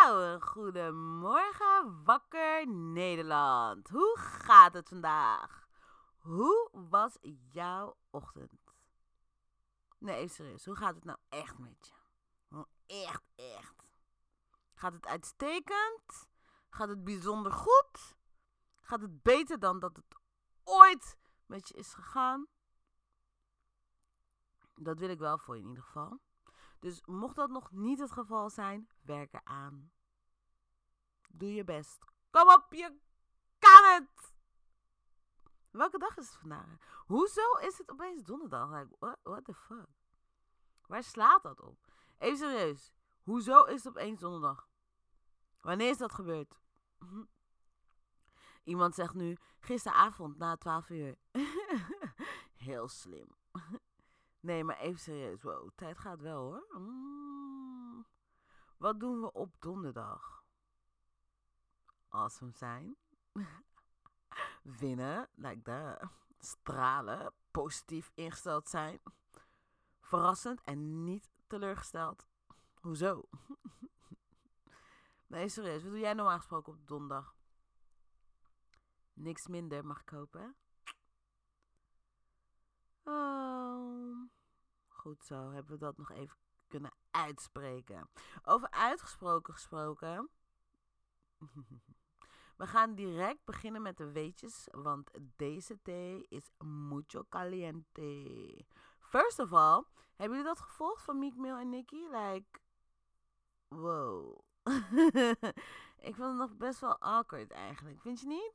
Goedemorgen, wakker Nederland. Hoe gaat het vandaag? Hoe was jouw ochtend? Nee, even serieus. Hoe gaat het nou echt met je? Gewoon echt. Gaat het uitstekend? Gaat het bijzonder goed? Gaat het beter dan dat het ooit met je is gegaan? Dat wil ik wel voor je in ieder geval. Dus mocht dat nog niet het geval zijn, werk eraan. Doe je best. Kom op, je kan het! Welke dag is het vandaag? Hoezo is het opeens donderdag? Like, what the fuck? Waar slaat dat op? Even serieus. Hoezo is het opeens donderdag? Wanneer is dat gebeurd? Iemand zegt nu, gisteravond na 12 uur. Heel slim. Nee, maar even serieus. Wow, tijd gaat wel hoor. Wat doen we op donderdag? Awesome zijn. Winnen, like that. Stralen, positief ingesteld zijn. Verrassend en niet teleurgesteld. Hoezo? Nee, serieus. Wat doe jij normaal gesproken op donderdag? Niks minder, mag ik hopen. Oh. Goed zo, hebben we dat nog even kunnen uitspreken. Over uitgesproken gesproken. We gaan direct beginnen met de weetjes, want deze thee is mucho caliente. First of all, hebben jullie dat gevolgd van Meek Mill en Nicki? Like, wow. Ik vond het nog best wel awkward eigenlijk, vind je niet?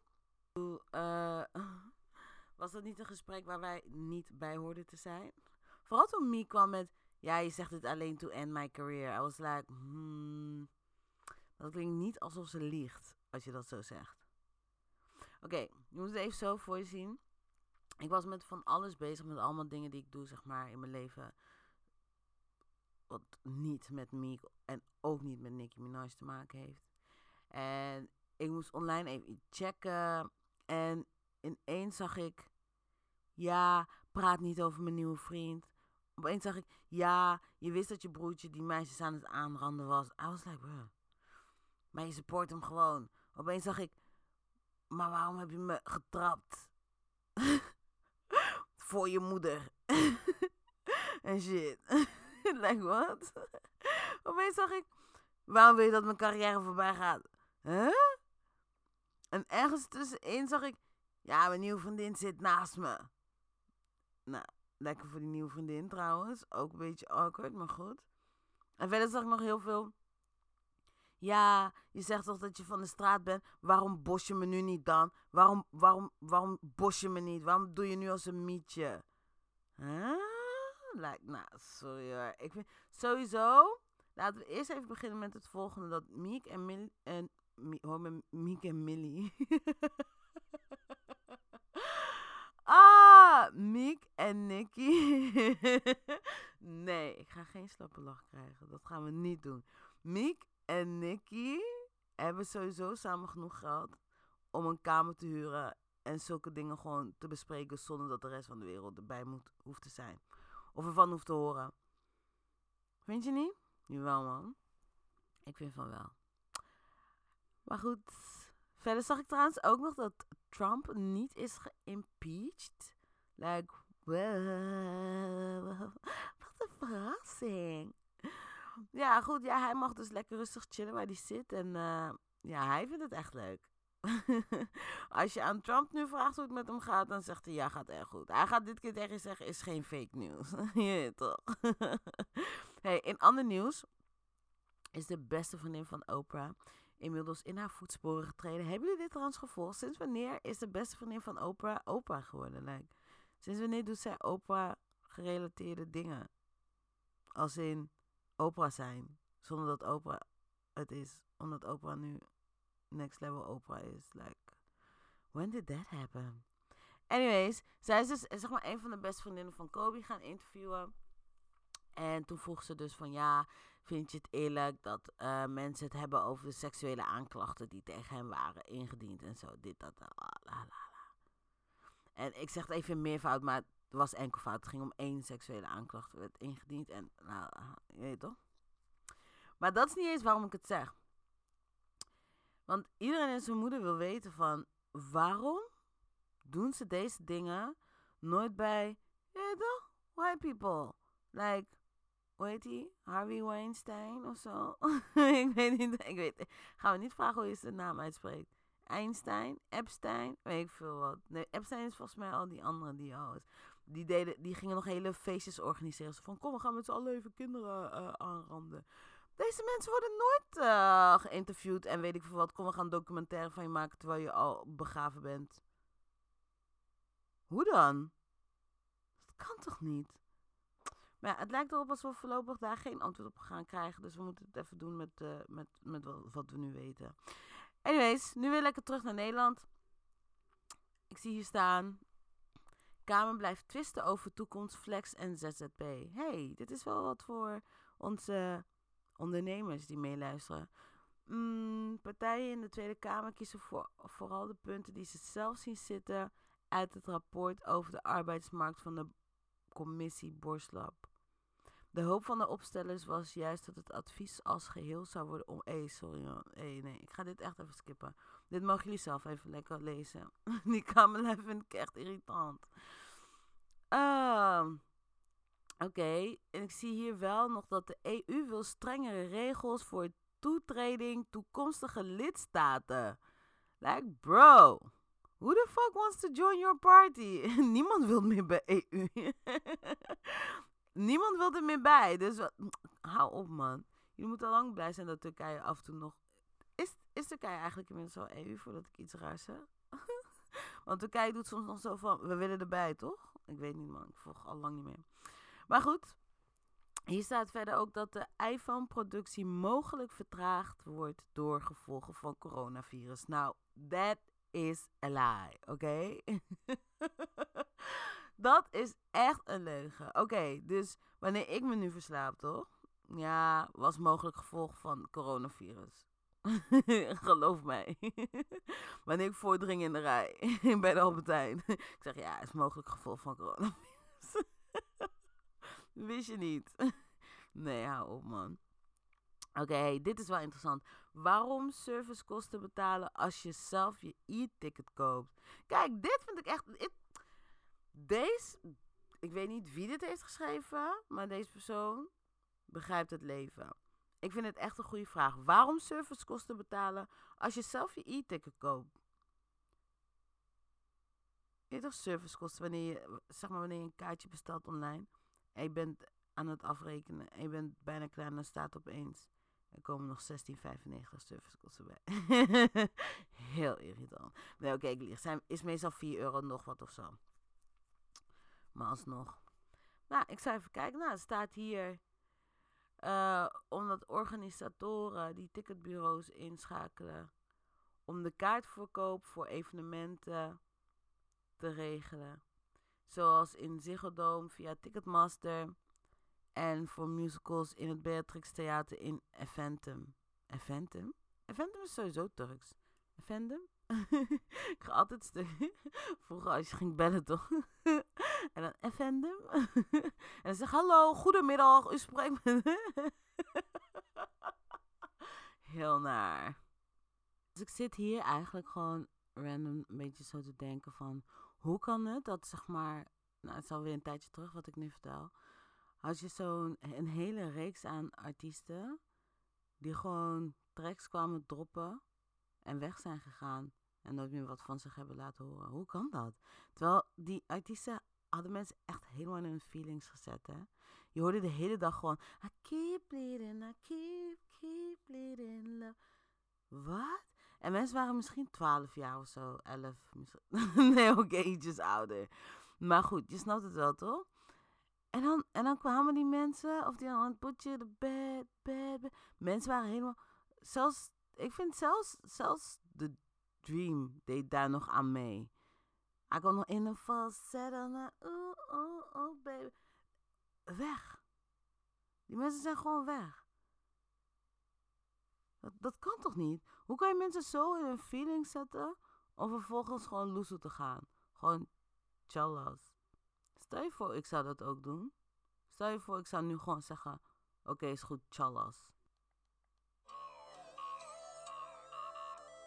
Was dat niet een gesprek waar wij niet bij hoorden te zijn? Vooral toen Meek kwam met, ja, je zegt dit alleen to end my career. I was like, dat klinkt niet alsof ze liegt, als je dat zo zegt. Oké, je moet het even zo voor je zien. Ik was met van alles bezig, met allemaal dingen die ik doe, zeg maar, in mijn leven. Wat niet met Meek en ook niet met Nicki Minaj te maken heeft. En ik moest online even iets checken. En ineens zag ik, ja, praat niet over mijn nieuwe vriend. Opeens zag ik, ja, je wist dat je broertje die meisjes aan het aanranden was. I was like, bro. Maar je support hem gewoon. Opeens zag ik, maar waarom heb je me getrapt? Voor je moeder. En shit. Like, what? Opeens zag ik, waarom wil je dat mijn carrière voorbij gaat? Huh? En ergens tussenin zag ik, ja, mijn nieuwe vriendin zit naast me. Nou, lekker voor die nieuwe vriendin trouwens. Ook een beetje awkward, maar goed. En verder zag ik nog heel veel. Ja, je zegt toch dat je van de straat bent. Waarom bos je me nu niet dan? Waarom bos je me niet? Waarom doe je nu als een mietje? Huh? Like, nou, sorry hoor. Ik vind sowieso. Laten we eerst even beginnen met het volgende. Dat Meek en Millie. Meek en Millie. Meek en Nicki. Nee, ik ga geen slappe lach krijgen. Dat gaan we niet doen. Meek en Nicki hebben sowieso samen genoeg geld om een kamer te huren en zulke dingen gewoon te bespreken zonder dat de rest van de wereld erbij hoeft te zijn. Of ervan hoeft te horen. Vind je niet? Jawel man. Ik vind van wel. Maar goed. Verder zag ik trouwens ook nog dat Trump niet is geïmpeached. Like, wow. Wat een verrassing. Ja, goed. Ja, hij mag dus lekker rustig chillen waar hij zit. En ja, hij vindt het echt leuk. Als je aan Trump nu vraagt hoe het met hem gaat, dan zegt hij, ja, gaat erg goed. Hij gaat dit keer tegen je zeggen, is geen fake news. Je weet toch. Hey, in ander nieuws is de beste vriendin van Oprah inmiddels in haar voetsporen getreden. Hebben jullie dit trouwens gevolgd? Sinds wanneer is de beste vriendin van Oprah Oprah geworden? Like, sinds wanneer doet zij Oprah gerelateerde dingen? Als in Oprah zijn. Zonder dat Oprah het is. Omdat Oprah nu next level Oprah is. Like, when did that happen? Anyways, zij is dus zeg maar een van de beste vriendinnen van Kobe gaan interviewen. En toen vroeg ze dus van, ja, vind je het eerlijk dat mensen het hebben over de seksuele aanklachten die tegen hem waren ingediend en zo. Dit, dat, la. En ik zeg het even in meervoud, maar het was enkelvoud. Het ging om 1 seksuele aanklacht werd ingediend en, je weet toch? Maar dat is niet eens waarom ik het zeg. Want iedereen en zijn moeder wil weten van... waarom doen ze deze dingen nooit bij... Ja, toch? White people. Like... Hoe heet die? Harvey Weinstein of zo? Ik weet niet. Gaan we niet vragen hoe je zijn naam uitspreekt. Einstein? Epstein? Weet ik veel wat. Nee, Epstein is volgens mij al die andere die al is. Die gingen nog hele feestjes organiseren. Zo van, kom, we gaan met z'n allen even kinderen aanranden. Deze mensen worden nooit geïnterviewd en weet ik veel wat. Kom, we gaan een documentaire van je maken terwijl je al begraven bent. Hoe dan? Dat kan toch niet? Maar ja, het lijkt erop alsof we voorlopig daar geen antwoord op gaan krijgen. Dus we moeten het even doen met wat we nu weten. Anyways, nu weer lekker terug naar Nederland. Ik zie hier staan... Kamer blijft twisten over toekomst, flex en ZZP. Hey, dit is wel wat voor onze ondernemers die meeluisteren. Partijen in de Tweede Kamer kiezen vooral de punten die ze zelf zien zitten... uit het rapport over de arbeidsmarkt van de commissie Borslab. De hoop van de opstellers was juist dat het advies als geheel zou worden nee, ik ga dit echt even skippen. Dit mogen jullie zelf even lekker lezen. Die Kamerlijn vind ik echt irritant. Oké, en ik zie hier wel nog dat de EU wil strengere regels voor toetreding toekomstige lidstaten. Like, bro, who the fuck wants to join your party? Niemand wil meer bij EU. Niemand wil er meer bij. Dus hou op, man. Jullie moeten al lang blij zijn dat Turkije af en toe nog... Is Turkije eigenlijk inmiddels al EU voordat ik iets raars zeg? Want Turkije doet soms nog zo van... We willen erbij, toch? Ik weet niet, man. Ik volg al lang niet meer. Maar goed. Hier staat verder ook dat de iPhone-productie mogelijk vertraagd wordt door gevolgen van coronavirus. Nou, that is a lie, oké? Dat is echt een leugen. Oké, dus wanneer ik me nu verslaap, toch? Ja, was mogelijk gevolg van coronavirus. Geloof mij. Wanneer ik voordring in de rij bij de Albertijn. Ik zeg, ja, is mogelijk gevolg van coronavirus. Wist je niet? Nee, hou op, man. Oké, dit is wel interessant. Waarom servicekosten betalen als je zelf je e-ticket koopt? Kijk, dit vind ik echt... Ik weet niet wie dit heeft geschreven, maar deze persoon begrijpt het leven. Ik vind het echt een goede vraag. Waarom servicekosten betalen als je zelf je e-ticket koopt? Je toch servicekosten wanneer je een kaartje bestelt online en je bent aan het afrekenen en je bent bijna klaar en dan staat opeens... Er komen nog 16,95 servicekosten bij. Heel irritant. Nee, oké, ik lieg. Is meestal €4 nog wat of zo. Maar alsnog. Nou, ik zou even kijken. Nou, het staat hier... omdat organisatoren die ticketbureaus inschakelen... om de kaartverkoop voor evenementen te regelen. Zoals in Ziggo Dome via Ticketmaster... En voor musicals in het Beatrix Theater in Eventum. Eventum? Eventum is sowieso Turks. Eventum? Ik ga altijd stuk. Vroeger als je ging bellen toch? En dan Eventum? En dan zeg hallo, goedemiddag, u spreekt met... Heel naar. Dus ik zit hier eigenlijk gewoon random een beetje zo te denken van... Hoe kan het dat zeg maar... Nou, het is alweer een tijdje terug wat ik nu vertel... Had je zo'n een hele reeks aan artiesten die gewoon tracks kwamen droppen en weg zijn gegaan en nooit meer wat van zich hebben laten horen. Hoe kan dat? Terwijl die artiesten hadden mensen echt helemaal in hun feelings gezet, hè. Je hoorde de hele dag gewoon I keep bleeding, I keep bleeding love. Wat? En mensen waren misschien 12 jaar of zo, 11. Nee, oké, ietsjes ouder. Maar goed, je snapt het wel, toch? En dan kwamen die mensen, of die aan het potje, de bed. Mensen waren helemaal, ik vind zelfs The Dream deed daar nog aan mee. Hij kwam nog in een falsetto en oh baby. Weg. Die mensen zijn gewoon weg. Dat kan toch niet? Hoe kan je mensen zo in hun feelings zetten, om vervolgens gewoon loesoe te gaan? Gewoon tjallas. Stel je voor, ik zou dat ook doen. Stel je voor, ik zou nu gewoon zeggen... Oké, is goed, tjallas.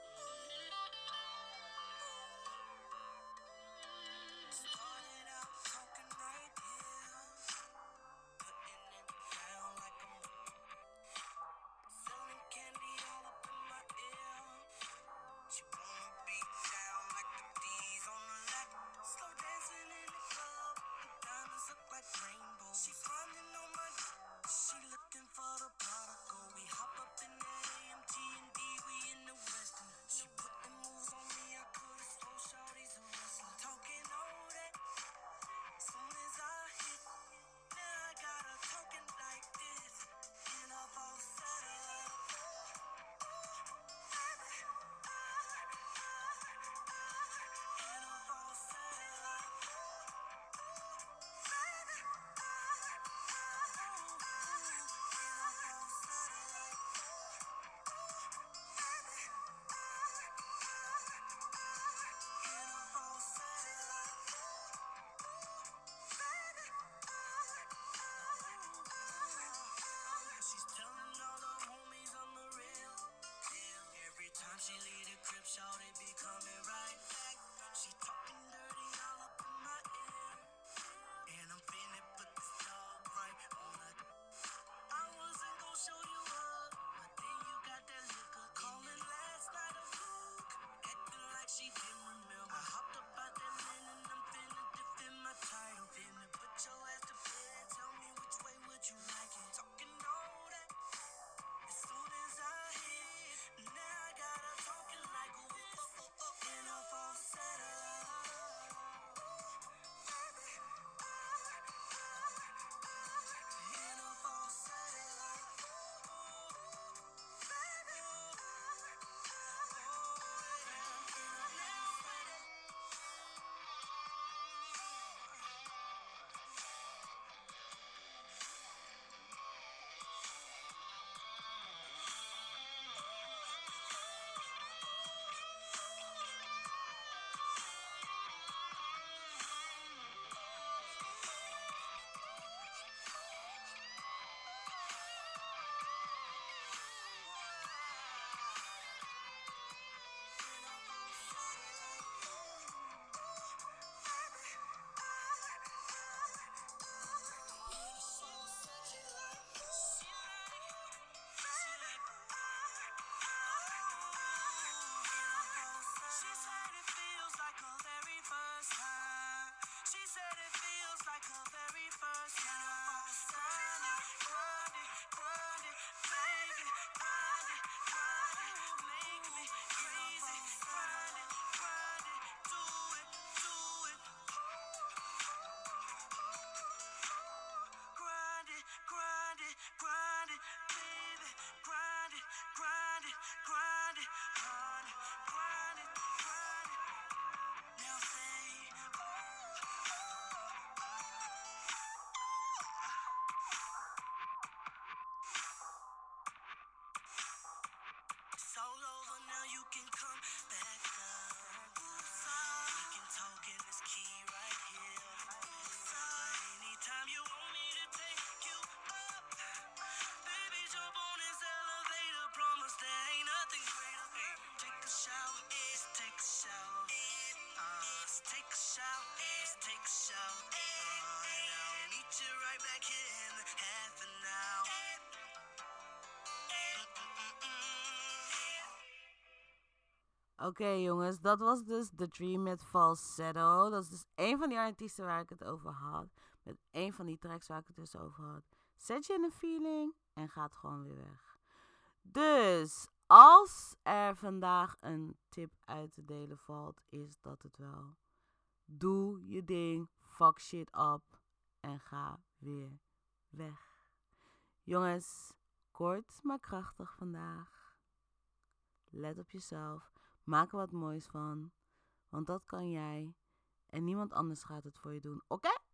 Oké, jongens, dat was dus The Dream met Falsetto. Dat is dus één van die artiesten waar ik het over had. Met één van die tracks waar ik het dus over had. Zet je in een feeling en gaat gewoon weer weg. Dus, als er vandaag een tip uit te delen valt, is dat het wel. Doe je ding, fuck shit up en ga weer weg. Jongens, kort maar krachtig vandaag. Let op jezelf. Maak er wat moois van. Want dat kan jij. En niemand anders gaat het voor je doen. Oké?